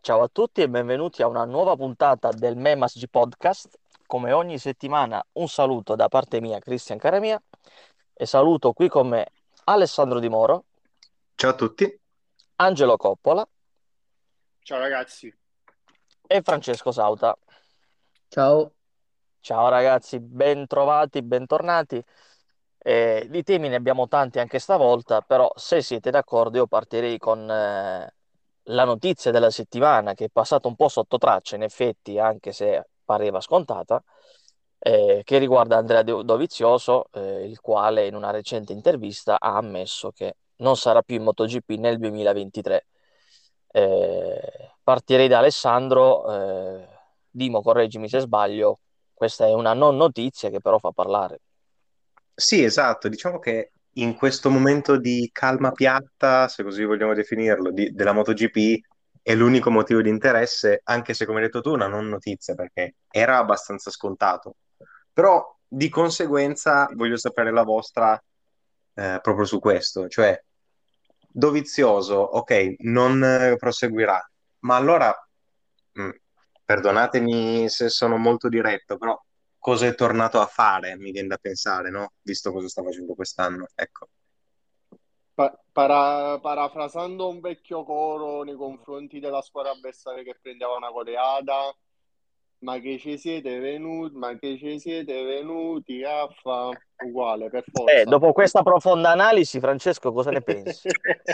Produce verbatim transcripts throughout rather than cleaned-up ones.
Ciao a tutti e benvenuti a una nuova puntata del Memas G Podcast. Come ogni settimana un saluto da parte mia, Cristian Caramia, e saluto qui con me Alessandro Di Moro, Ciao a tutti. Angelo Coppola Ciao ragazzi. e Francesco Sauta. Ciao. Ciao ragazzi, ben trovati, bentornati. Eh, di temi ne abbiamo tanti anche stavolta, però se siete d'accordo io partirei con eh, la notizia della settimana che è passata un po' sotto traccia, in effetti, anche se pareva scontata, eh, che riguarda Andrea Do- Dovizioso, eh, il quale in una recente intervista ha ammesso che non sarà più in MotoGP nel duemilaventitré. Eh, partirei da Alessandro, eh, Dimo, correggimi se sbaglio, questa è una non notizia che però fa parlare. Sì, esatto, diciamo che in questo momento di calma piatta, se così vogliamo definirlo, di- della MotoGP è l'unico motivo di interesse, anche se come hai detto tu, una non notizia, perché era abbastanza scontato. Però di conseguenza voglio sapere la vostra eh, proprio su questo, cioè Dovizioso, ok, non eh, proseguirà, ma allora, mh, perdonatemi se sono molto diretto, però cosa è tornato a fare, mi viene da pensare, no? Visto cosa sta facendo quest'anno, ecco. Pa- para- parafrasando un vecchio coro nei confronti della squadra avversaria che prendeva una coleata, ma che ci siete venuti, ma che ci siete venuti a fa uguale per Eh, forza. dopo questa profonda analisi, Francesco, cosa ne pensi?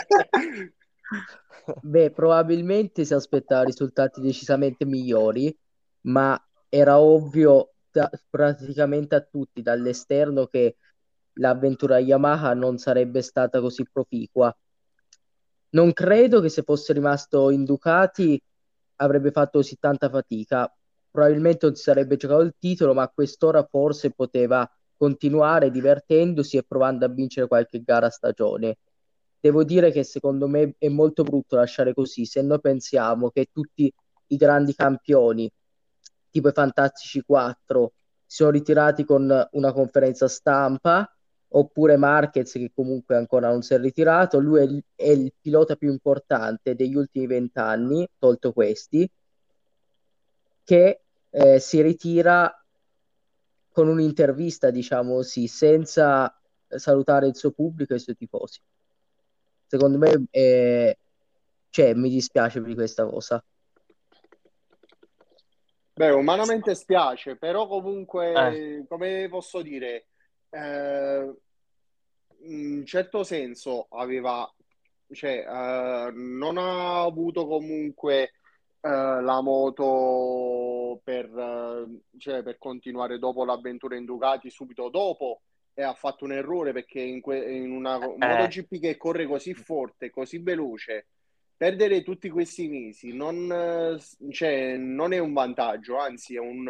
Beh, probabilmente si aspettava risultati decisamente migliori, ma era ovvio da- praticamente a tutti dall'esterno che l'avventura Yamaha non sarebbe stata così proficua. Non credo che se fosse rimasto in Ducati avrebbe fatto così tanta fatica. Probabilmente non si sarebbe giocato il titolo, ma a quest'ora forse poteva continuare divertendosi e provando a vincere qualche gara a stagione. Devo dire che secondo me è molto brutto lasciare così. Se noi pensiamo che tutti i grandi campioni, tipo i Fantastici quattro, si sono ritirati con una conferenza stampa, oppure Marquez che comunque ancora non si è ritirato, lui è il, è il pilota più importante degli ultimi vent'anni, tolto questi, che eh, si ritira con un'intervista, diciamo così, senza salutare il suo pubblico e i suoi tifosi. Secondo me, eh, cioè, mi dispiace per questa cosa. Beh, umanamente spiace, però Eh, comunque, come posso dire, eh, in certo senso aveva, cioè, eh, non ha avuto comunque eh, la moto per, eh, cioè, per continuare dopo l'avventura in Ducati subito dopo e ha fatto un errore perché in, que- in una eh, MotoGP che corre così forte, così veloce, perdere tutti questi mesi non, eh, cioè, non è un vantaggio, anzi è un,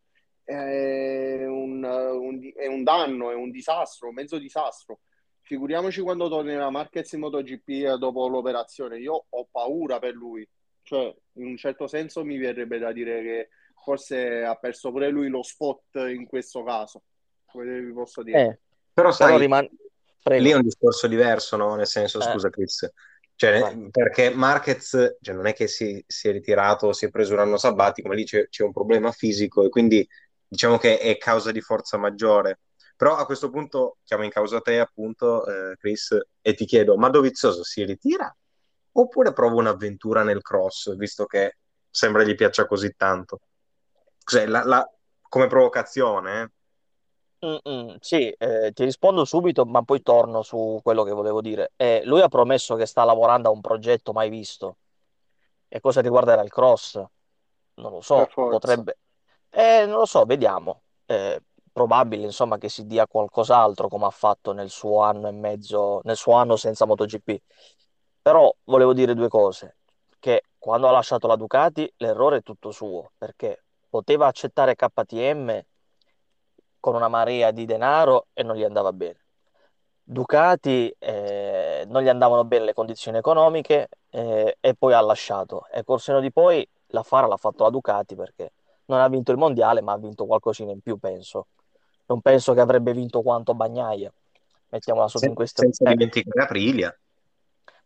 è un, un di- è un danno, è un disastro, un mezzo disastro. Figuriamoci quando tornerà Marquez in MotoGP dopo l'operazione. Io ho paura per lui. Cioè, in un certo senso mi verrebbe da dire che forse ha perso pure lui lo spot in questo caso. Come vi posso dire? eh, Però però sai, rimane... lì è Prego. un discorso diverso, no? Nel senso, Eh, scusa Chris, cioè, vai. perché Marquez, cioè, non è che si, si è ritirato, si è preso un anno sabbatico, ma lì c'è c'è un problema fisico e quindi diciamo che è causa di forza maggiore. Però a questo punto chiamo in causa te, appunto, eh, Chris, e ti chiedo, ma Dovizioso si ritira oppure prova un'avventura nel cross, visto che sembra gli piaccia così tanto? Cos'è, la, la- come provocazione, eh? Mm, mm, sì, eh, ti rispondo subito, ma poi torno su quello che volevo dire. Eh, lui ha promesso che sta lavorando a un progetto mai visto. E cosa riguarderà il cross? Non lo Per so, forza. potrebbe... Eh, non lo so, vediamo. Eh, probabile, insomma, che si dia qualcos'altro come ha fatto nel suo anno e mezzo, nel suo anno senza MotoGP. Però volevo dire due cose. Che quando ha lasciato la Ducati, l'errore è tutto suo, perché poteva accettare K T M con una marea di denaro e non gli andava bene. Ducati eh, non gli andavano bene le condizioni economiche eh, e poi ha lasciato. E col senno di poi la Fara l'ha fatto la Ducati perché non ha vinto il mondiale, ma ha vinto qualcosina in più, penso. Non penso che avrebbe vinto quanto Bagnaia. Mettiamola sotto in Se- questo. senza Eh, dimenticare Aprilia.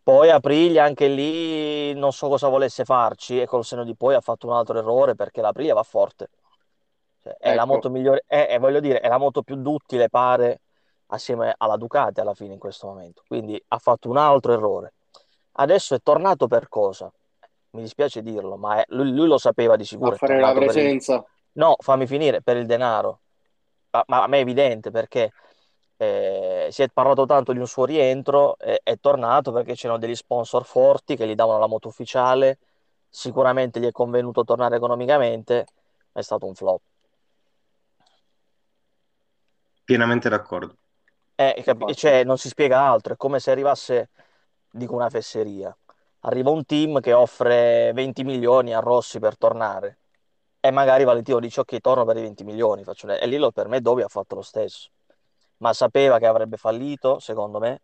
Poi Aprilia anche lì non so cosa volesse farci e col senno di poi ha fatto un altro errore perché l'Aprilia va forte. Cioè, è la moto Ecco, migliore, è, è, voglio dire, è la moto più duttile, pare, assieme alla Ducati alla fine in questo momento. Quindi ha fatto un altro errore. Adesso è tornato per cosa? Mi dispiace dirlo, ma è- lui, lui lo sapeva di a sicuro, è fare la tornato per il... presenza. No, fammi finire, per il denaro. Ma, ma a me è evidente perché eh, si è parlato tanto di un suo rientro, eh, è tornato perché c'erano degli sponsor forti che gli davano la moto ufficiale, sicuramente gli è convenuto tornare economicamente, è stato un flop. Pienamente d'accordo. Eh, capi- Infatti, cioè, non si spiega altro, è come se arrivasse, dico una fesseria, arriva un team che offre venti milioni a Rossi per tornare e magari Valentino dice ok, torno per i venti milioni, faccio un- e lì lo, per me Dovi ha fatto lo stesso, ma sapeva che avrebbe fallito, secondo me.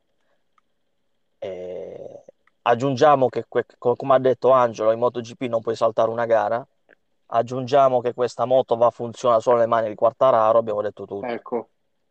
E aggiungiamo che, que- co- come ha detto Angelo, in MotoGP non puoi saltare una gara, aggiungiamo che questa moto va funziona solo nelle mani di Quartararo, abbiamo detto tutto. ecco.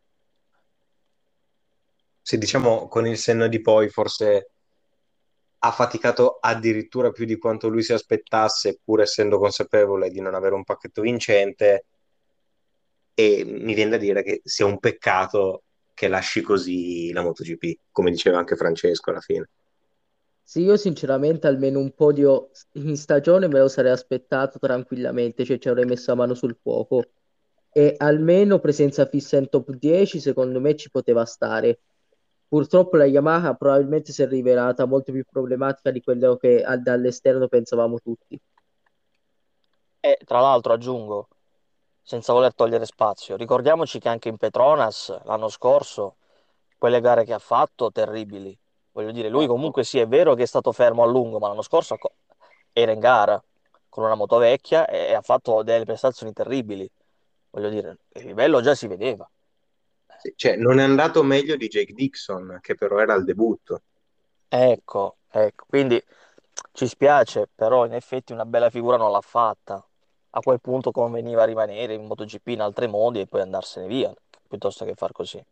Se diciamo con il senno di poi, forse ha faticato addirittura più di quanto lui si aspettasse, pur essendo consapevole di non avere un pacchetto vincente, e mi viene da dire che sia un peccato che lasci così la MotoGP, come diceva anche Francesco alla fine. Sì, io sinceramente almeno un podio in stagione me lo sarei aspettato tranquillamente, cioè ci avrei messo la mano sul fuoco e almeno presenza fissa in top dieci secondo me ci poteva stare. Purtroppo la Yamaha probabilmente si è rivelata molto più problematica di quello che al- dall'esterno pensavamo tutti. E tra l'altro aggiungo, senza voler togliere spazio, ricordiamoci che anche in Petronas l'anno scorso, quelle gare che ha fatto, terribili. Voglio dire, lui Ecco. comunque sì, è vero che è stato fermo a lungo, ma l'anno scorso co- era in gara con una moto vecchia e, e ha fatto delle prestazioni terribili. Voglio dire, il livello già si vedeva. Sì, cioè, non è andato meglio di Jake Dixon, che però era al debutto. Ecco, ecco, quindi ci spiace, però in effetti una bella figura non l'ha fatta. A quel punto conveniva rimanere in MotoGP in altri modi e poi andarsene via, piuttosto che far così.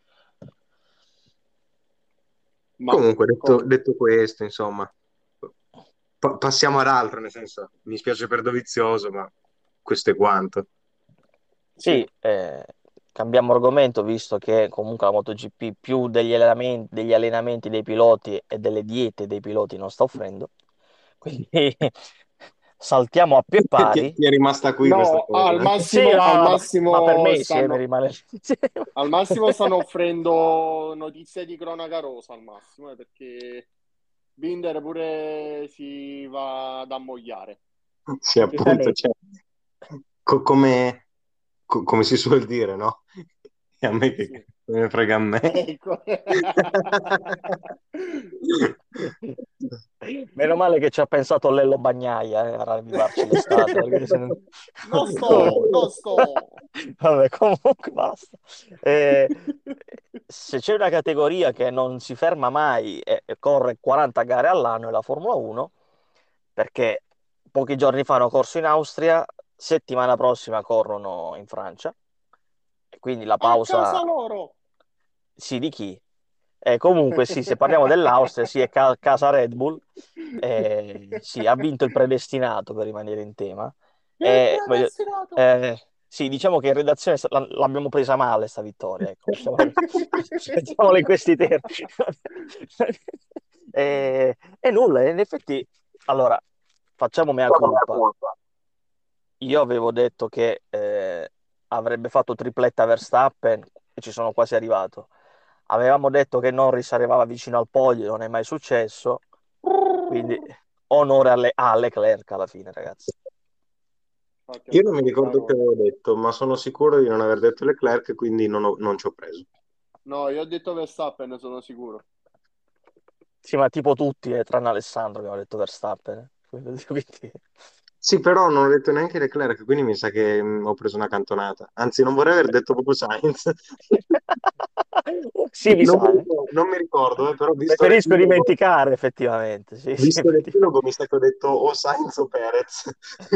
Ma Comunque, detto, com- detto questo, insomma, pa- passiamo ad altro, nel senso, mi spiace per Dovizioso, ma questo è quanto. Sì, sì, eh, cambiamo argomento, visto che comunque la MotoGP più degli allenamenti, degli allenamenti dei piloti e delle diete dei piloti non sta offrendo. Quindi saltiamo a più Ti, pari. ti è rimasta qui questa no, al cosa? Sì, massimo, al no, ma, ma per massimo me sì, eh, mi stanno, rimane... al massimo stanno offrendo notizie di cronaca rosa, al massimo, eh, perché Binder pure si va ad ammogliare. Sì, appunto, Giustamente. cioè, co- come, co- come si suol dire, no? E a me che Sì. me ne frega a me. Ecco. Meno male che ci ha pensato Lello Bagnaia eh, a ravvivarci l'estate, perché se no- Non sto, non sto. Vabbè, comunque basta. Eh, se c'è una categoria che non si ferma mai e e corre quaranta gare all'anno è la Formula uno, perché pochi giorni fa hanno corso in Austria, settimana prossima corrono in Francia, e quindi la A pausa casa loro. sì di chi? Eh, comunque sì, se parliamo dell'Austria, sì, è ca- casa Red Bull, eh, sì, ha vinto il predestinato per rimanere in tema. Il Eh, voglio- predestinato. eh, sì, diciamo che in redazione sta- l'ha- l'abbiamo presa male sta vittoria, ecco, mettiamola mettiamola in questi termini. Eh, E, nulla, in effetti, allora, facciamo mea culpa. Io avevo detto che eh, avrebbe fatto tripletta Verstappen e ci sono quasi arrivato. Avevamo detto che Norris arrivava vicino al podio, non è mai successo. Quindi onore alle, a Leclerc alla fine, ragazzi. Infatti ho Io non mi detto ricordo che parole. avevo detto, ma sono sicuro di non aver detto Leclerc, quindi non, ho- non ci ho preso. No, io ho detto Verstappen, sono sicuro. Sì, ma tipo tutti, eh, tranne Alessandro che aveva detto Verstappen. eh. Quindi, quindi- Sì, però non ho detto neanche Leclerc, quindi mi sa che mm, ho preso una cantonata. Anzi, non vorrei aver detto proprio Sainz. Sì, mi Non mi sa, eh. ricordo, non mi ricordo, eh, però visto Preferisco l'epilogo, dimenticare, effettivamente. Sì, sì, visto effettivamente. l'epilogo mi sa che ho detto o Sainz o Perez.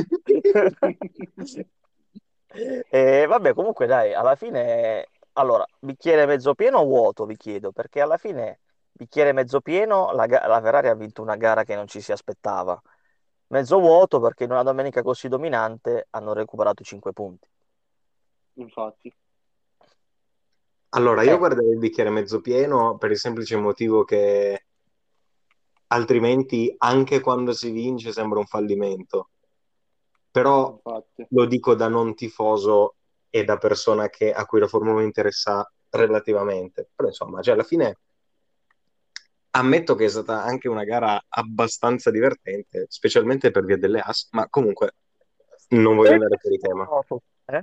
E vabbè, comunque dai, alla fine, allora, bicchiere mezzo pieno o vuoto, vi chiedo, perché alla fine bicchiere mezzo pieno, la, ga- la Ferrari ha vinto una gara che non ci si aspettava. Mezzo vuoto perché in una domenica così dominante hanno recuperato cinque punti. Infatti. Allora, io Eh, guarderei il bicchiere mezzo pieno per il semplice motivo che altrimenti anche quando si vince sembra un fallimento. Però Infatti. lo dico da non tifoso e da persona che- a cui la Formula uno interessa relativamente. Però insomma, cioè alla fine ammetto che è stata anche una gara abbastanza divertente, specialmente per via delle as, ma comunque non voglio andare fuori tema. eh?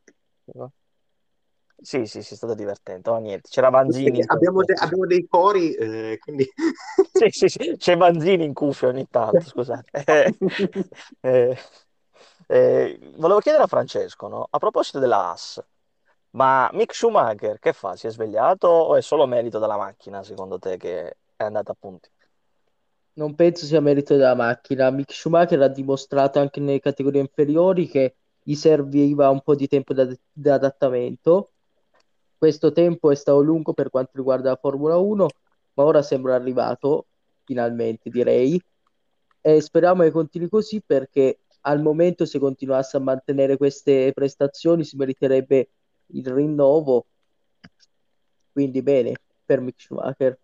Sì, sì, sì, è stato divertente. No, niente, c'era Vanzini Perché in abbiamo, cuffia. de- abbiamo dei cori, eh, quindi... Sì, sì, sì, c'è Vanzini in cuffia ogni tanto, scusate. Eh, eh, eh, volevo chiedere a Francesco, no? A proposito della Haas, ma Mick Schumacher che fa? Si è svegliato o è solo merito della macchina, secondo te, che è andata a punti? Non penso sia merito della macchina. Mick Schumacher ha dimostrato anche nelle categorie inferiori che gli serviva un po' di tempo da- di adattamento. Questo tempo è stato lungo per quanto riguarda la Formula uno, ma ora sembra arrivato, finalmente direi, e speriamo che continui così perché al momento se continuasse a mantenere queste prestazioni si meriterebbe il rinnovo, quindi bene per Mick Schumacher.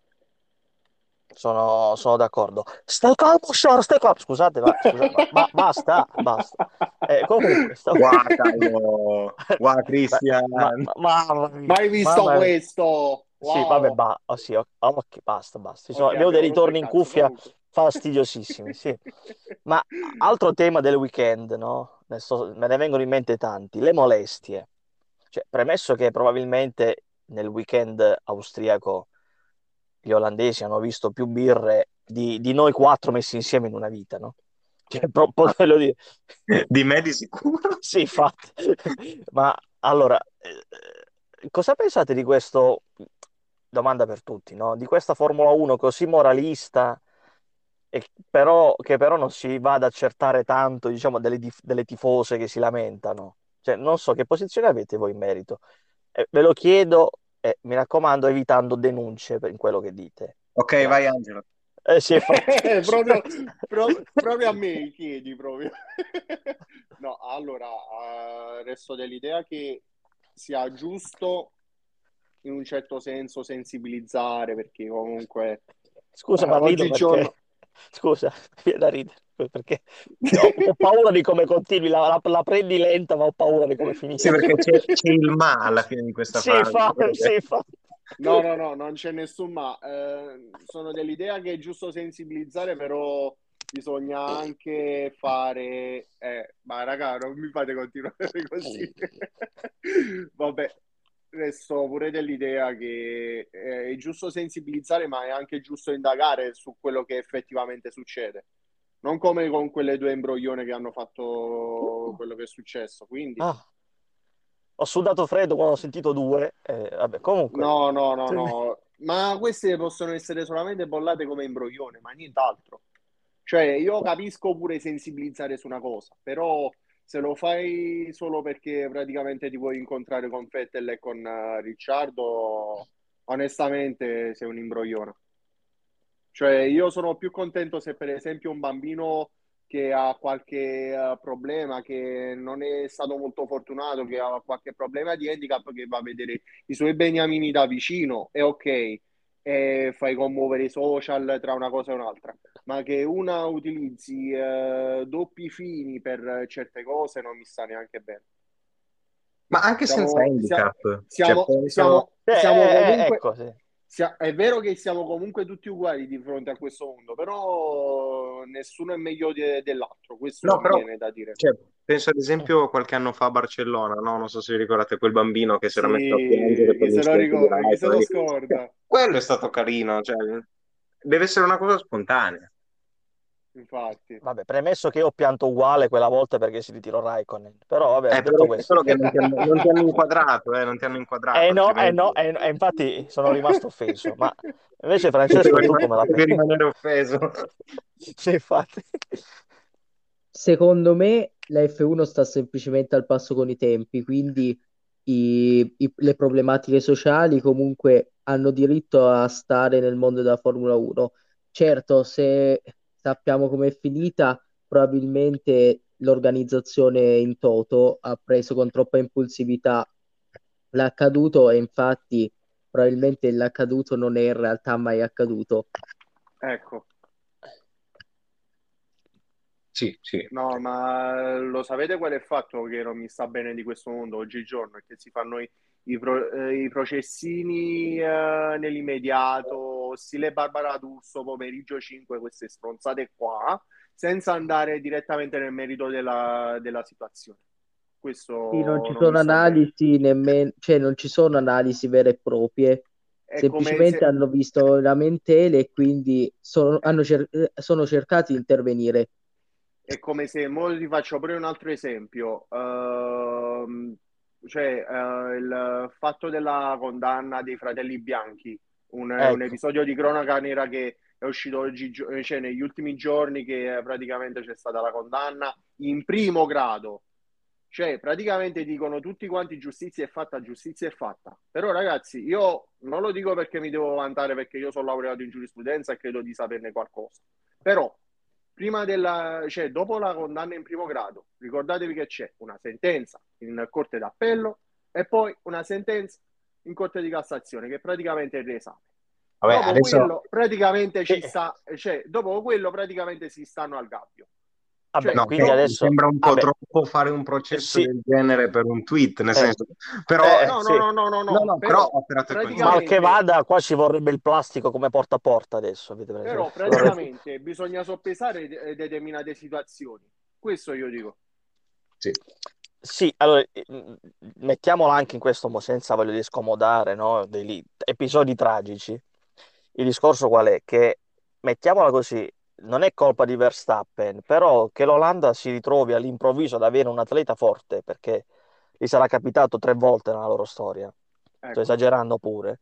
Sono, sono d'accordo. Stai calmo, Shar, stai calmo. Scusate, ma, scusa, ma, ma basta, basta. Eh, comunque, stavo... Wow, Carlo! Wow, Ma, Christian! ma, ma- mamma mia, Mai visto mamma mia. questo? Sì, vabbè, Wow. ba- oh, sì, ok, ok, basta, basta. Ci sono- Ok, abbiamo dei abbiamo rotto il ritorni in cazzo. cuffia Comunque. fastidiosissimi, sì. Ma altro tema del weekend, no? Ne sto- me ne vengono in mente tanti, le molestie. Cioè, premesso che probabilmente nel weekend austriaco gli olandesi hanno visto più birre di, di noi quattro messi insieme in una vita, no? Cioè, proprio quello di... Di me di sicuro? Sì, infatti. Ma allora, eh, cosa pensate di questo? Domanda per tutti, no? Di questa Formula uno così moralista e però, che però non si va ad accertare tanto, diciamo, delle, dif- delle tifose che si lamentano. Cioè, non so che posizione avete voi in merito. Eh, ve lo chiedo e mi raccomando, evitando denunce per in quello che dite. Ok, vai Grazie. Angelo. Eh sì, infatti. proprio, pro- proprio a me chiedi proprio. No, allora, eh, resto dell'idea che sia giusto in un certo senso sensibilizzare, perché comunque Scusa, eh, ma rido perché... oggigiorno Scusa, mi viene da ridere perché ho, ho paura di come continui, la, la- la prendi lenta, ma ho paura di come Sì, finisce. perché c'è c'è il ma alla fine di questa Sì, frase. fa, sì, fa. No, no, no, non c'è nessun ma. Eh, sono dell'idea che è giusto sensibilizzare, però bisogna anche fare... Eh, ma raga, non mi fate continuare così. Vabbè, resto pure dell'idea che eh, è giusto sensibilizzare, ma è anche giusto indagare su quello che effettivamente succede. Non come con quelle due imbroglione che hanno fatto quello che è successo. Quindi... Ah, ho sudato freddo quando ho sentito due. Eh, vabbè, comunque. No, no, no, no, ma queste possono essere solamente bollate come imbroglione, ma nient'altro. Cioè, io capisco pure sensibilizzare su una cosa, però se lo fai solo perché praticamente ti vuoi incontrare con Vettel e con eh, Ricciardo, onestamente sei un imbroglione. Cioè, io sono più contento se per esempio un bambino che ha qualche eh, problema, che non è stato molto fortunato, che ha qualche problema di handicap, che va a vedere i suoi beniamini da vicino, è ok, e fai commuovere i social tra una cosa e un'altra. Ma che una utilizzi eh, doppi fini per certe cose non mi sta neanche bene. Ma anche senza Siamo, sia- handicap, cioè siamo, penso... siamo, Eh, siamo eh, eh, comunque, ecco, sì. sia- è vero che siamo comunque tutti uguali di fronte a questo mondo, però nessuno è meglio de- dell'altro, questo No, mi però, viene da dire. cioè, penso ad esempio qualche anno fa a Barcellona, no? Non so se vi ricordate quel bambino che si era messo a piangere Sì, per chi se lo l'incidente di ricorda, chi se lo Raikkonen. Cioè, scorda, quello è stato carino, cioè, deve essere una cosa spontanea. infatti. Vabbè, premesso che io ho pianto uguale quella volta perché si ritirò Raikkonen. Però, vabbè, Eh, detto però è questo. solo che non ti hanno, non ti hanno inquadrato, eh, non ti hanno Eh inquadrato, no, eh altrimenti no, eh, eh, infatti sono rimasto offeso. Ma invece, potevo, Francesco, tu rima- come la potevi pensi? rimanere offeso. Sì, infatti. Secondo me la F uno sta semplicemente al passo con i tempi, quindi i- i- le problematiche sociali comunque hanno diritto a stare nel mondo della Formula uno. Certo, se sappiamo com'è finita, probabilmente l'organizzazione in toto ha preso con troppa impulsività l'accaduto e infatti probabilmente l'accaduto non è in realtà mai accaduto. Ecco. Sì, sì. No, ma lo sapete qual è il fatto che non mi sta bene di questo mondo oggigiorno? È che si fanno i, i pro- eh, i processini eh, nell'immediato, stile Barbara D'Urso, pomeriggio cinque, queste stronzate qua, senza andare direttamente nel merito della, della situazione. Sì, non Questo ci non mi sono sta bene. analisi nemmeno, cioè non ci sono analisi vere e proprie, È come semplicemente se, hanno visto lamentele e quindi sono, hanno cer- eh, sono cercati di intervenire. È come se, mo ti faccio pure un altro esempio, ehm, cioè eh, il fatto della condanna dei fratelli Bianchi, un, un Ecco, episodio di cronaca nera che è uscito oggi, gio- cioè negli ultimi giorni, che eh, praticamente c'è stata la condanna in primo grado. Cioè, praticamente dicono tutti quanti giustizia è fatta, giustizia è fatta. Però, ragazzi, io non lo dico perché mi devo vantare, perché io sono laureato in giurisprudenza e credo di saperne qualcosa. Però, prima della, cioè, dopo la condanna in primo grado, ricordatevi che c'è una sentenza in corte d'appello e poi una sentenza in corte di Cassazione, che praticamente è il riesame. Vabbè, Dopo adesso, quello, praticamente ci e- sta, cioè, dopo quello, praticamente si stanno al gabbio. vabbè, no, Cioè, quindi cioè, dopo, mi adesso, sembra un po' vabbè, troppo fare un eh, processo sì, del genere per un tweet, nel eh, senso, però, eh, no, no, sì, no, no, no, no, no, no, però però operato e mal che concetto. praticamente, vada, qua ci vorrebbe il plastico come porta a porta adesso, avete preso? però Ci vorrebbe- praticamente bisogna soppesare de- determinate situazioni. Questo io dico. Sì. Sì, allora, eh, m- mettiamola anche in questo modo, senza voglio dire scomodare, no? Dei li- episodi tragici. Il discorso qual è? Che, mettiamola così, non è colpa di Verstappen, però che l'Olanda si ritrovi all'improvviso ad avere un atleta forte, perché gli sarà capitato tre volte nella loro storia, sto Ecco, esagerando pure,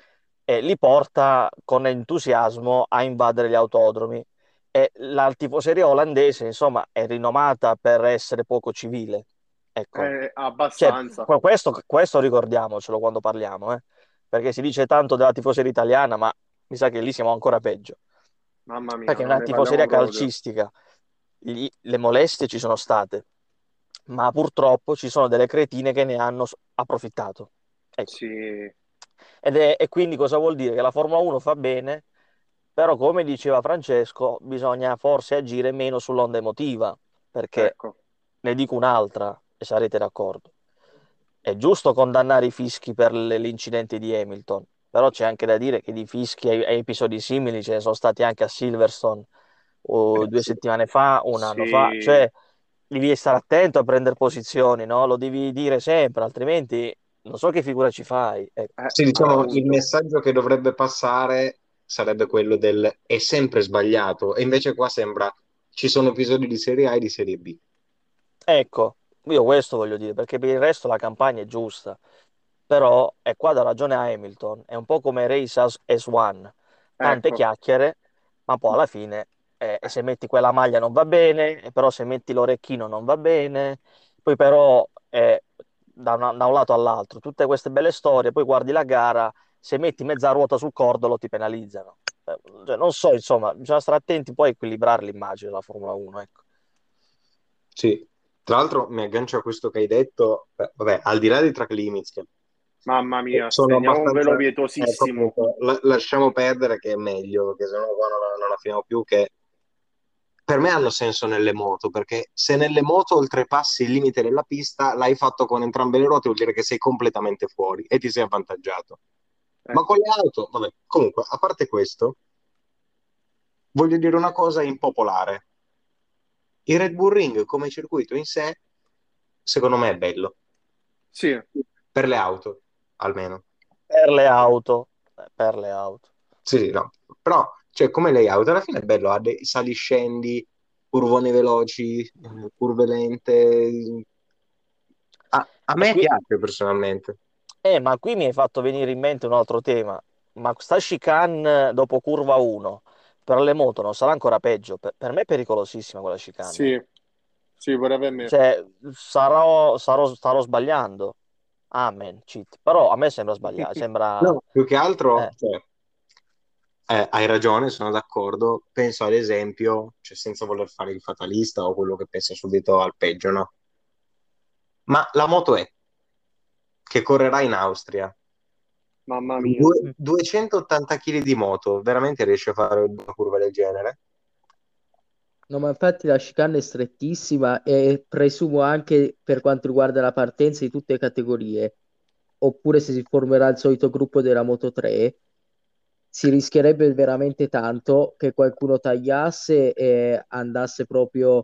e li porta con entusiasmo a invadere gli autodromi. E la tifoseria olandese, insomma, è rinomata per essere poco civile. Ecco, eh, cioè, abbastanza. que- questo, questo ricordiamocelo quando parliamo, eh? Perché si dice tanto della tifoseria italiana, ma mi sa che lì siamo ancora peggio. Mamma mia, Perché non nella ne parliamo tifoseria proprio. calcistica gli- le molestie ci sono state, ma purtroppo ci sono delle cretine che ne hanno s- approfittato. Ecco. Sì, Ed è, e quindi cosa vuol dire? Che la Formula uno fa bene, però come diceva Francesco, bisogna forse agire meno sull'onda emotiva, perché ecco. ne dico un'altra e sarete d'accordo. È giusto condannare i fischi per le- l'incidente di Hamilton, però c'è anche da dire che di fischi a, a episodi simili ce ne sono stati anche a Silverstone o Eh, due sì. settimane fa, un anno fa. Sì, Cioè, devi stare attento a prendere posizioni, no? Lo devi dire sempre, altrimenti non so che figura ci fai. Ecco. eh, Sì, diciamo, il appunto. messaggio che dovrebbe passare sarebbe quello del è sempre sbagliato, e invece qua sembra ci sono episodi di serie A e di serie B. Ecco, io questo voglio dire, perché per il resto la campagna è giusta, però è qua da ragione a Hamilton, è un po' come Race as, as One, tante Ecco. chiacchiere, ma poi alla fine eh, se metti quella maglia non va bene, e però se metti l'orecchino non va bene, poi però eh, da, una- da un lato all'altro, tutte queste belle storie, poi guardi la gara, se metti mezza ruota sul cordolo ti penalizzano. Eh, cioè, non so, insomma, bisogna stare attenti poi a equilibrare l'immagine della Formula uno, ecco. Sì. Tra l'altro mi aggancio a questo che hai detto, eh, vabbè, al di là dei track limits, che Mamma mia, sono stendiamo un velo abbastanza, ecco, pietosissimo. appunto, la- lasciamo perdere che è meglio, perché sennò qua non la, non la finiamo più, che per me hanno senso nelle moto, perché se nelle moto oltrepassi il limite della pista, l'hai fatto con entrambe le ruote, vuol dire che sei completamente fuori e ti sei avvantaggiato. Ma con Ecco. le auto, vabbè, comunque, a parte questo, voglio dire una cosa impopolare. Il Red Bull Ring come circuito in sé, secondo me è bello, Sì, per le auto, almeno. Per le auto, eh, per le auto. Sì, sì, no. Però, cioè, come layout, alla fine è bello, ha dei saliscendi, curvone veloci, eh, curve lente. A, a E me qui, piace personalmente. eh, ma qui mi hai fatto venire in mente un altro tema. Ma sta chicane dopo curva uno per le moto non sarà ancora peggio? Per, per me è pericolosissima quella chicane. sì, sì, pure per me. Cioè, sarò, sarò, starò sbagliando. Amen, cheat. Però a me sembra sbagliato, sembra... No, più che altro, Eh, cioè, eh, hai ragione, sono d'accordo. Penso ad esempio, cioè, senza voler fare il fatalista o quello che pensa subito al peggio, no? Ma la moto è che correrà in Austria. Mamma mia. Due- mm. duecentottanta chili di moto, veramente riesce a fare una curva del genere? No, ma infatti la chicane è strettissima e presumo anche per quanto riguarda la partenza di tutte le categorie, oppure se si formerà il solito gruppo della Moto tre, si rischierebbe veramente tanto che qualcuno tagliasse e andasse proprio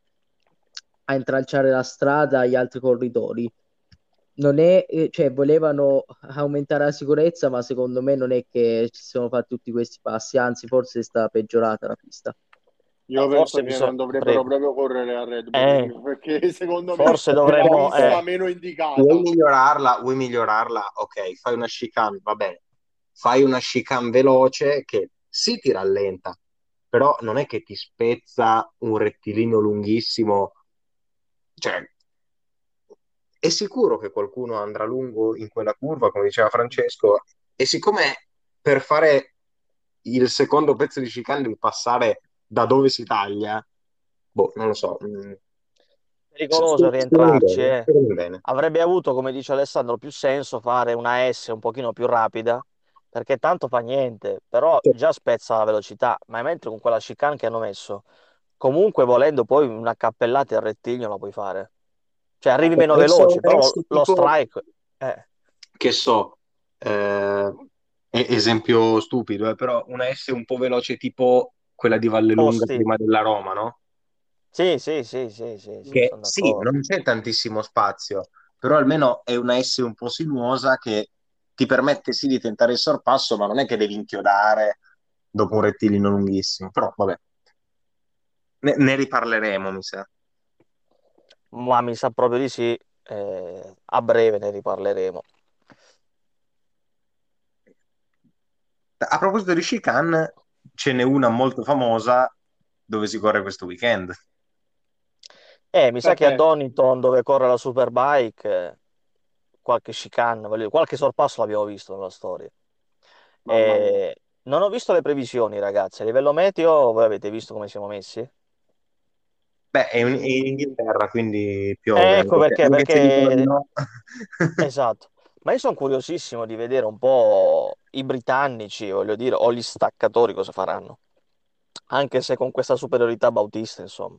a intralciare la strada agli altri corridori. Non è, eh, cioè, volevano aumentare la sicurezza, ma secondo me non è che ci sono fatti tutti questi passi, anzi, forse è stata peggiorata la pista. Io Forse penso che bisogna... non dovrebbero Prego. proprio correre a Red Eh, Bull, perché secondo me forse è la dovremmo... pista Eh, meno Vuoi indicata. migliorarla? Vuoi migliorarla? Ok, fai una chicane, va bene. Fai una chicane veloce che sì ti rallenta, però non è che ti spezza un rettilineo lunghissimo. Cioè, è sicuro che qualcuno andrà lungo in quella curva, come diceva Francesco, e siccome per fare il secondo pezzo di chicane devi passare da dove si taglia, boh, non lo so. mm, pericoloso spero spero in rientrarci, bene, eh. spero in bene. Avrebbe avuto, come dice Alessandro, più senso fare una S un pochino più rapida, perché tanto fa niente, però già spezza la velocità, ma mentre con quella chicane che hanno messo, comunque volendo poi una cappellata al rettilineo la puoi fare. Cioè arrivi meno Adesso veloci, un però S lo tipo, strike... Eh, che so, eh, e- esempio stupido, eh, però una S un po' veloce tipo quella di Vallelunga posti. prima della Roma, no? Sì, sì, sì, sì, sì, sì, Che sono sì, d'accordo. non c'è tantissimo spazio, però almeno è una S un po' sinuosa che ti permette sì di tentare il sorpasso, ma non è che devi inchiodare dopo un rettilineo lunghissimo. Però vabbè, ne, ne riparleremo, mi sa. Ma mi sa proprio di sì, eh, a breve ne riparleremo. A proposito di chicane, ce n'è una molto famosa dove si corre questo weekend. Eh, mi sa che a Donington, dove corre la Superbike, eh, qualche chicane, voglio dire, qualche sorpasso l'abbiamo visto nella storia. Mamma mia. Eh, non ho visto le previsioni, ragazzi. A livello meteo, voi avete visto come siamo messi? Beh, è, in è in Inghilterra, quindi piove, Eh, ecco anche se, perché, anche se dicono di perché no. esatto. Ma io sono curiosissimo di vedere un po' i britannici, voglio dire, o gli staccatori cosa faranno. Anche se con questa superiorità bautista, insomma,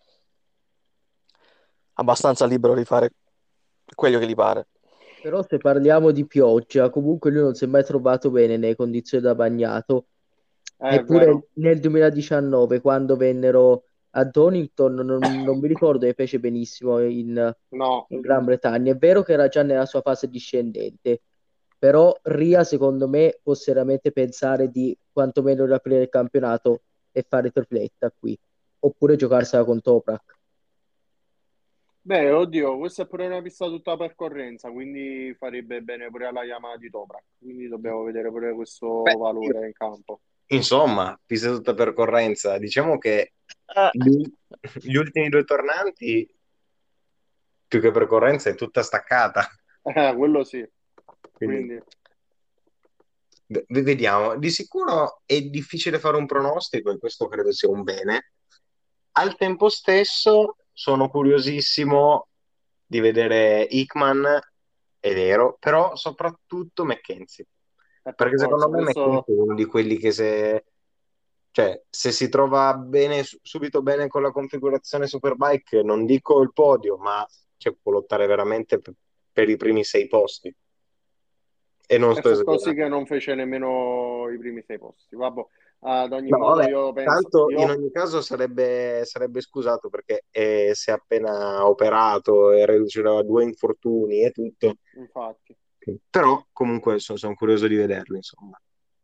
abbastanza libero di fare quello che gli pare. Però se parliamo di pioggia, comunque lui non si è mai trovato bene nelle condizioni da bagnato. È Eppure vero. nel duemiladiciannove, quando vennero a Donington, non, non mi ricordo che fece benissimo in, No. in Gran Bretagna. È vero che era già nella sua fase discendente, però Ria, secondo me, può seriamente pensare di quantomeno riaprire il campionato e fare tripletta qui, oppure giocarsela con Toprak. Beh, oddio, questa è pure una pista tutta percorrenza, quindi farebbe bene pure alla Yamaha di Toprak. Quindi dobbiamo vedere pure Beh, questo valore in campo. insomma, pista tutta percorrenza. Diciamo che Eh, gli, gli ultimi due tornanti, più che percorrenza, è tutta staccata. Eh, quello sì. Quindi Quindi, v- vediamo. Di sicuro è difficile fare un pronostico e questo credo sia un bene. Al tempo stesso sono curiosissimo di vedere Hickman, è vero, però soprattutto McKenzie. è per Perché secondo forza. me Questo, McKenzie è uno di quelli che se, cioè, se si trova bene, subito bene con la configurazione Superbike, non dico il podio, ma cioè, può lottare veramente per, per i primi sei posti. E non e sto fu così esagerando. che non fece nemmeno i primi sei posti. Vabbè, ad ogni No, modo vabbè, io penso, tanto in io, ogni caso sarebbe, sarebbe scusato perché eh, si è appena operato e reduce da due infortuni e tutto. infatti. Però comunque so- sono curioso di vederlo, insomma.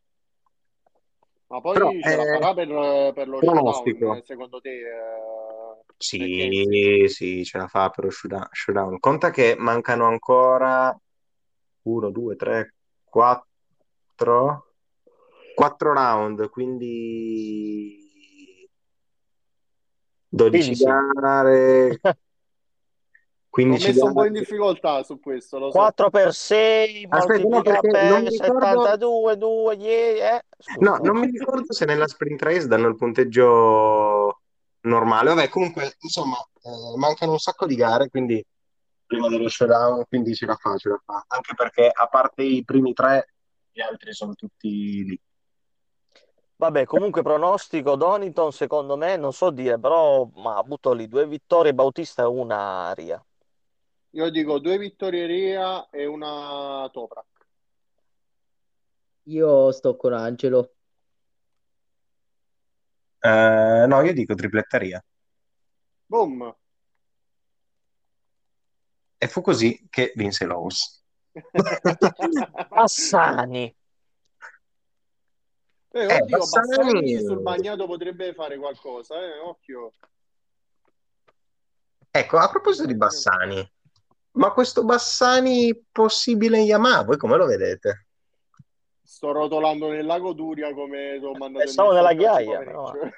Ma Però poi ce la eh, farà per, per lo showdown, pronostico. secondo te, eh, McKenzie? Sì, sì, ce la fa per lo showdown. showdown. Conta che mancano ancora uno, due, tre, quattro, quattro round, quindi quindi dodici sì. gare. quindi L'ho ci messo dà... un po' in difficoltà su questo, lo so. quattro per sei Aspetta, no, moltiplicato perché non per mi ricordo... settantadue, due, dieci, eh? Scusa, No, vai. non mi ricordo se nella sprint race danno il punteggio normale. Vabbè, comunque, insomma, eh, mancano un sacco di gare, quindi prima dello showdown, quindi ce la fa, ce la fa. Anche perché, a parte i primi tre, gli altri sono tutti lì. Vabbè, comunque pronostico Donington, secondo me, non so dire, però ma butto lì due vittorie Bautista e una Aria. Io dico due vittorie Rea e una Toprak. Io sto con Angelo. Eh, no, io dico triplettaria. Boom! E fu così che vinse Lowe's. Bassani. Eh, Eh, oddio, Bassani... Bassani sul bagnato potrebbe fare qualcosa, eh, occhio. Ecco, a proposito di Eh, Bassani, ma questo Bassani possibile in Yamaha, voi come lo vedete? sto rotolando nel lago Turia come ti ho E mandato il stavo nella messaggio oggi ghiaia, però. pomeriggio.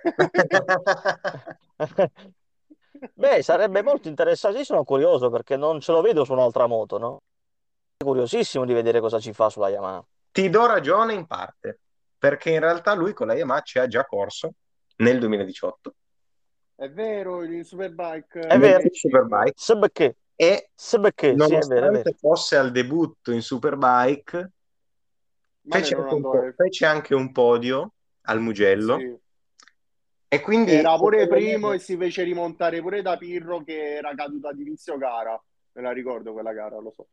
Beh, sarebbe molto interessante. Io sono curioso perché non ce lo vedo su un'altra moto, no? Curiosissimo di vedere cosa ci fa sulla Yamaha. Ti do ragione in parte, perché in realtà lui con la Yamaha ci ha già corso nel duemiladiciotto, È vero, il Superbike È nel vero, millecinquecento. Superbike, Sebecché, e Sebecché, sì, è vero, è vero. nonostante fosse al debutto in Superbike, Male fece non anche un andò, po', eh. fece anche un podio al Mugello, Sì. e quindi Era pure secondo primo me... e si fece rimontare pure da Pirro che era caduto ad inizio gara. Me la ricordo quella gara, lo so.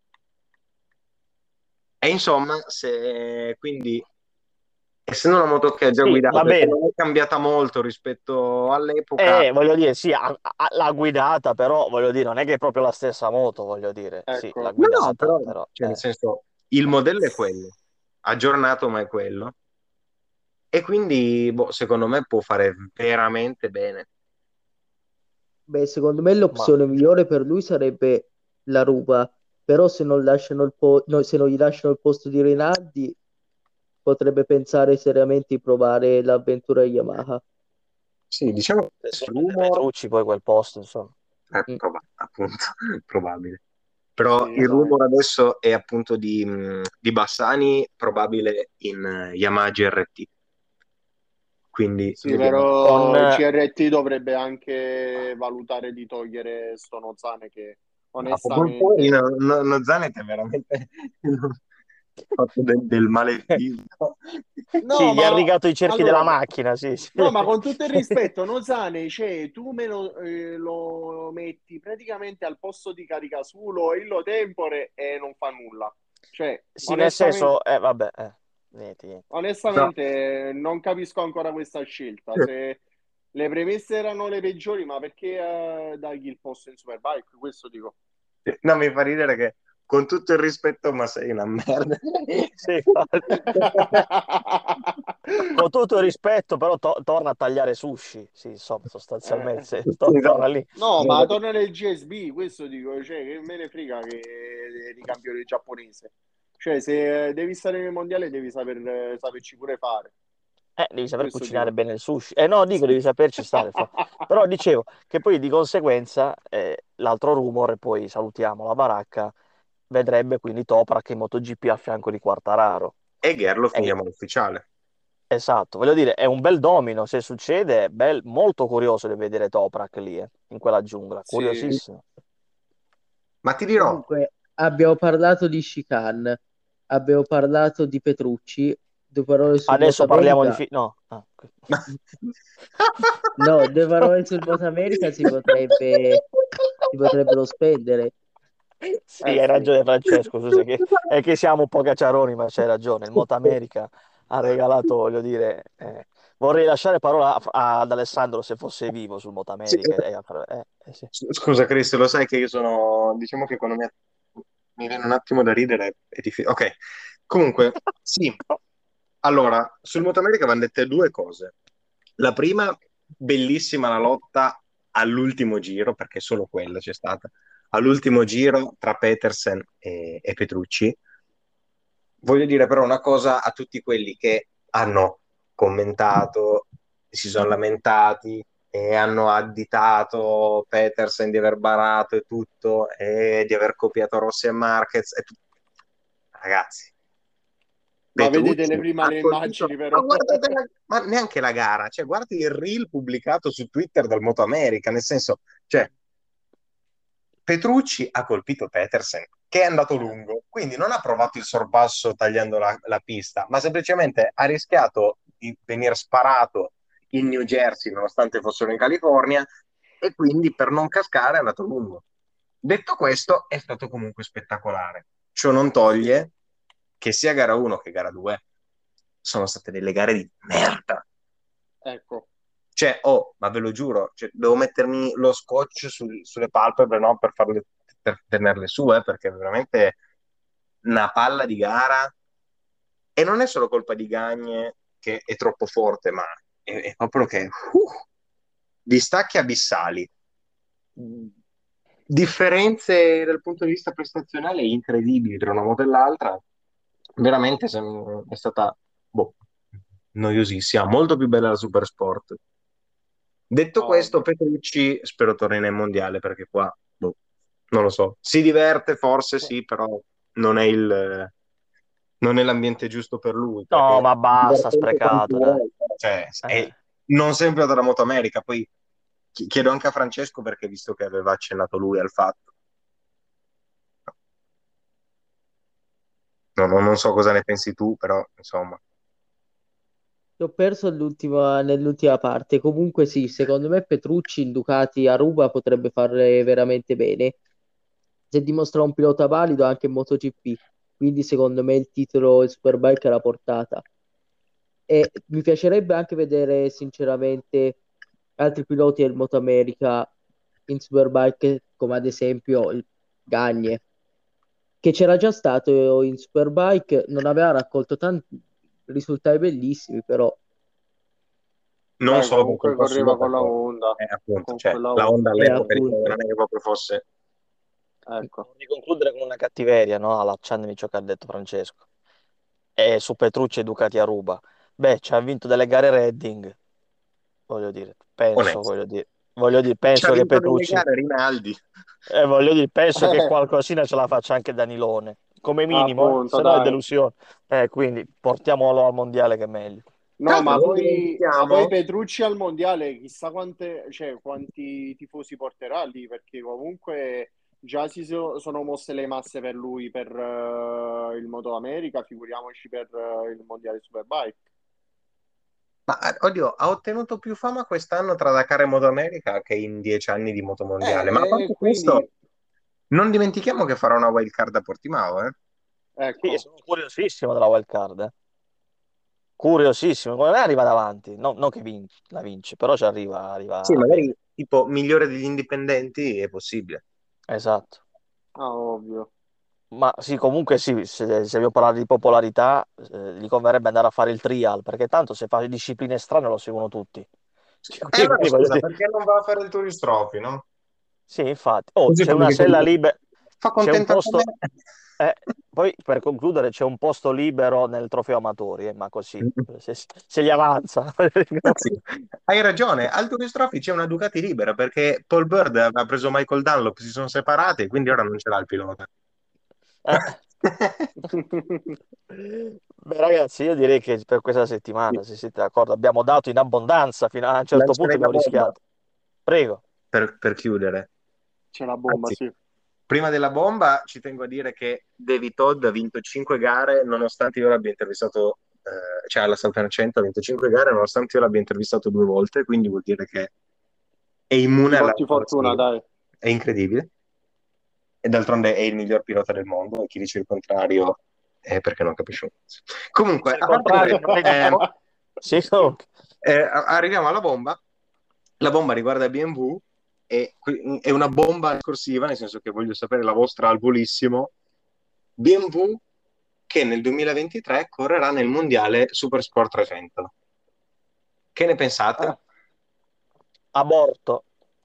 E insomma, se quindi, essendo una moto che ha già Sì, va guidato e che bene. non è cambiata molto rispetto all'epoca, Eh, voglio dire, sì, ha- ha- l'ha guidata, però, voglio dire, non è che è proprio la stessa moto, voglio dire. Sì, l'ha Ecco. no, no, guidata, però, però... cioè, nel eh. senso, il modello è quello, aggiornato ma è quello, e quindi, boh, secondo me può fare veramente bene. Beh, secondo me Ma l'opzione migliore per lui sarebbe la Ruba, però se non lasciano il po- no, se non gli lasciano il posto di Rinaldi, potrebbe pensare seriamente di provare l'avventura Yamaha. Sì, diciamo che se il si prende rumor Petrucci poi quel posto, insomma. è Mm. proba- appunto probabile. Però Sì, il dai. rumor adesso è appunto di, mh, di Bassani probabile in eh, Yamaha G R T. Quindi Sì, vediamo. Con, però il eh, C R T dovrebbe anche valutare di togliere sto Nozane che No, poi onestamente... no, no, no, Zanetti è veramente fatto del, del male fisico. sì, No, gli ha ma rigato i cerchi allora, della macchina, sì, sì. no, ma con tutto il rispetto, Nozane, cioè, tu me lo, eh, lo metti praticamente al posto di Caricasulo e illo tempore e non fa nulla. Cioè, Sì, nel onestamente, senso, eh, vabbè, eh, niente, niente. No, onestamente, non capisco ancora questa scelta. Se le premesse erano le peggiori, ma perché eh, dargli il posto in Superbike? Questo dico. no, mi fa ridere che con tutto il rispetto, ma sei una merda. Sì, infatti. Con tutto il rispetto, però to- torna a tagliare sushi, sì, insomma, sostanzialmente, Eh, sì, to- torna lì. no, ma torna nel G S B, questo dico, cioè, che me ne frega che di campione giapponese. Cioè, se devi stare nel mondiale devi saper, saperci pure fare. Eh, devi saper Questo cucinare dico. bene il sushi. Eh no, dico, devi saperci stare. fa- Però dicevo che poi di conseguenza eh, l'altro rumore, poi salutiamo la baracca, vedrebbe quindi Toprak in MotoGP a fianco di Quartararo. E Gerloff in E- Yamaha ufficiale. esatto, voglio dire, è un bel domino, se succede, è bel- molto curioso di vedere Toprak lì, eh, in quella giungla, Sì. curiosissimo. Ma ti dirò, Comunque, abbiamo parlato di chicane, abbiamo parlato di Petrucci, due parole sul Moto Adesso parliamo di... America. fi- no. Ah, ok. No, due parole sul Moto America si potrebbe, si potrebbero spendere. Sì, Eh hai sì. ragione Francesco, scusa, che, è che siamo un po' cacciaroni, ma c'hai ragione. Il Moto America ha regalato, voglio dire, eh, vorrei lasciare parola a- ad Alessandro se fosse vivo sul Moto Sì, America. eh, eh, eh, sì. S- Scusa Cristo, lo sai che io sono, diciamo che quando mi, mi viene un attimo da ridere è difficile. Ok, comunque, sì. Allora, sul Moto America vanno dette due cose. La prima, bellissima la lotta all'ultimo giro, perché solo quella c'è stata, all'ultimo giro tra Petersen e, e Petrucci. Voglio dire però una cosa a tutti quelli che hanno commentato, si sono lamentati. e hanno additato Petersen di aver barato e tutto, e di aver copiato Rossi e Marquez. E tu- Ragazzi, Ma Petrucci vedetele prima ha le colpito, immagini, ma però. guardate la- ma neanche la gara, cioè guardate il reel pubblicato su Twitter dal Moto America, nel senso, cioè Petrucci ha colpito Petersen, che è andato lungo, quindi non ha provato il sorpasso tagliando la, la pista, ma semplicemente ha rischiato di venire sparato in New Jersey, nonostante fossero in California, e quindi per non cascare è andato lungo. Detto questo, è stato comunque spettacolare. Ciò non Sì, toglie che sia gara uno che gara due sono state delle gare di merda. ecco. Cioè, oh, ma ve lo giuro, cioè, devo mettermi lo scotch sul- sulle palpebre, no, per farle, per tenerle su, eh, perché è veramente una palla di gara. E non è solo colpa di Gagne che è troppo forte, ma è, è proprio che uh, distacchi abissali, differenze dal punto di vista prestazionale incredibili tra una moto e l'altra. Veramente sem- è stata boh, noiosissima, molto più bella la Super Sport. Detto questo, Ovvio. Petrucci spero torni nel mondiale perché qua, boh, non lo so, si diverte forse sì, però non è il, non è l'ambiente giusto per lui No, perché ma basta, divertente quanto sprecato, dai. vuoi, cioè, è Eh. non sempre dalla Moto America. Poi chi- chiedo anche a Francesco perché visto che aveva accennato lui al fatto. No, no, non so cosa ne pensi tu, però insomma. Ho perso all'ultima- nell'ultima parte. Comunque sì, secondo me Petrucci in Ducati a Ruba potrebbe fare veramente bene. Si è dimostrato un pilota valido anche in MotoGP, quindi secondo me il titolo il Superbike è alla portata. E mi piacerebbe anche vedere sinceramente altri piloti del Moto America in Superbike, come ad esempio il Gagne, che c'era già stato in Superbike, non aveva raccolto tanti risultati bellissimi, però Non Beh, solo per comunque colpa sua, correva con la perché Honda. è appunto, Con cioè, quella la Honda. Honda è all'epoca diciamo, non appunto. è che proprio fosse. Ecco. Di concludere con una cattiveria, no? Allacciandomi ciò che ha detto Francesco. E su Petrucci e Ducati a ruba. Beh, ci ha vinto delle gare Redding, voglio dire, penso, Onesto. voglio dire, voglio dire, Ci ha penso che vinto delle Petrucci, gare Rinaldi. eh, voglio dire, penso che Eh, qualcosina ce la faccia anche Danilone, come minimo, eh? appunto, Se no è dai. delusione. Eh, quindi portiamolo al mondiale che è meglio. No, Calma, ma non poi, ma poi dimentichiamo. Petrucci al mondiale, chissà quante, cioè, quanti tifosi porterà lì, perché comunque già si so- sono mosse le masse per lui per eh, il Moto America, figuriamoci per eh, il mondiale Superbike. Ma eh, oddio, ha ottenuto più fama quest'anno tra Dakar e Moto America che in dieci anni di moto mondiale. Ma a Eh, parte questo, quindi, non dimentichiamo che farà una wild card a Portimao, eh? Sì, ecco. sono curiosissimo della wild card, eh. Curiosissimo, come me arriva davanti, no, non che vince, la vince, però ci arriva, Sì, arriva magari bene. tipo migliore degli indipendenti è possibile. Esatto. Ah, ovvio. Ma sì, comunque sì, se, se dobbiamo parlare di popolarità, eh, gli converrebbe andare a fare il trial, perché tanto se fa discipline strane lo seguono tutti. E allora Quindi voglio scusa, dire, perché non va a fare il Tourist Trophy, no? sì, infatti. Oh, Così c'è fa una anche sella quello. libera, Fa c'è un contento anche me. posto, eh, poi per concludere c'è un posto libero nel trofeo amatori, eh, ma così, se, se gli avanza. Anzi, hai ragione, al Tourist Trophy c'è una Ducati libera perché Paul Bird aveva preso Michael Dunlop, si sono separati e quindi ora non ce l'ha il pilota. Eh. Beh, ragazzi, io direi che per questa settimana, se siete d'accordo, abbiamo dato in abbondanza fino a un certo punto Lanciare la abbiamo bomba rischiato. Prego. per, per chiudere. C'è la bomba, Anzi, sì. prima della bomba ci tengo a dire che David Todd ha vinto cinque gare, nonostante io l'abbia intervistato, eh, cioè alla Saltano cento ha vinto cinque gare, nonostante io l'abbia intervistato due volte, quindi vuol dire che è immune Ti alla porti fortuna, malattia. dai. È incredibile. E d'altronde è il miglior pilota del mondo, e chi dice il contrario è perché non capisce un cazzo. Comunque, Se il a parte contrario non questo, è eh, tipo... Sì, comunque. eh, arriviamo alla bomba. La bomba riguarda B M W e qui- è una bomba discorsiva, nel senso che voglio sapere la vostra al volissimo. B M W che nel duemilaventitré correrà nel mondiale Supersport trecento. Che ne pensate? Eh, Aborto.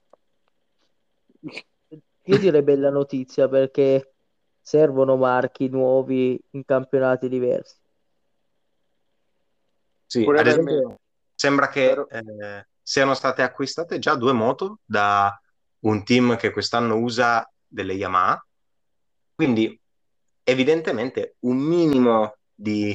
Io direi bella notizia perché servono marchi nuovi in campionati diversi. Sì, pure ad per me. esempio, sembra che Però, eh, siano state acquistate già due moto da un team che quest'anno usa delle Yamaha, quindi evidentemente un minimo di,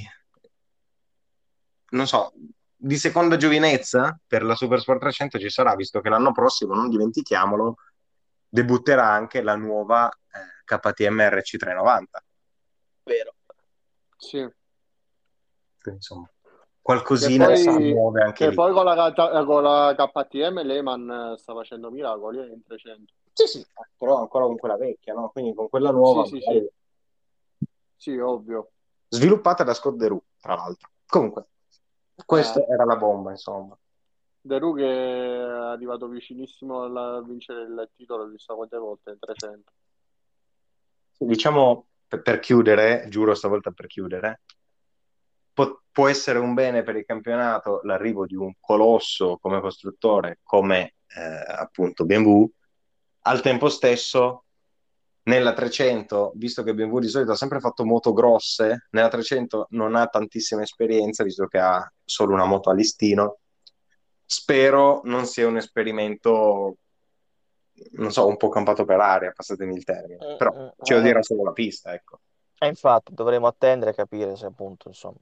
non so, di seconda giovinezza per la Supersport trecento ci sarà, visto che l'anno prossimo, non dimentichiamolo, debutterà anche la nuova eh, K T M R C trecentonovanta. Vero. Sì. Quindi, insomma, Che qualcosina si poi, muove anche che lì. poi con la, K- con la K T M Lehman sta facendo miracoli eh, in trecento. Sì, sì, però ancora con quella vecchia, no? Quindi con quella Sì, nuova, sì, sì, magari sì, ovvio. sviluppata da Scott Derù, tra l'altro. Comunque, Eh, questa era la bomba, insomma. De Rou che è arrivato vicinissimo a vincere il titolo, l'ho visto quante volte in trecento. Diciamo, per, per chiudere, giuro stavolta per chiudere, può, può essere un bene per il campionato l'arrivo di un colosso come costruttore, come eh, appunto B M W. Al tempo stesso, nella trecento, visto che B M W di solito ha sempre fatto moto grosse, nella trecento non ha tantissima esperienza, visto che ha solo una moto a listino. Spero non sia un esperimento, non so, un po' campato per aria, passatemi il termine, Mm, però mm, ce lo eh, dirà solo la pista, ecco. E infatti dovremo attendere e capire se appunto, insomma,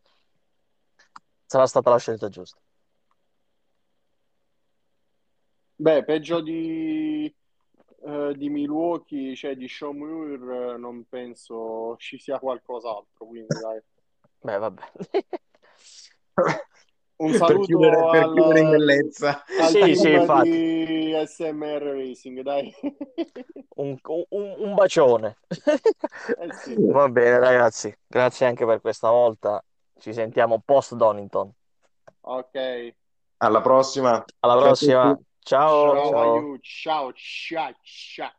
sarà stata la scelta giusta. Beh, peggio di, eh, di Milwaukee, cioè di Sean Muir, eh, non penso ci sia qualcos'altro, quindi dai. Beh, vabbè. Un Per chiudere, saluto per chiudere in al, bellezza. al Sì, sì, team infatti. di S M R Racing, dai. Un, un- un bacione. Eh sì, Va bene, ragazzi. Grazie anche per questa volta. Ci sentiamo post Donington. ok. Alla prossima. Alla Ciao a tutti. prossima. Ciao, Ciao, Ciao. ciao. aiuto, ciao, ciao, ciao.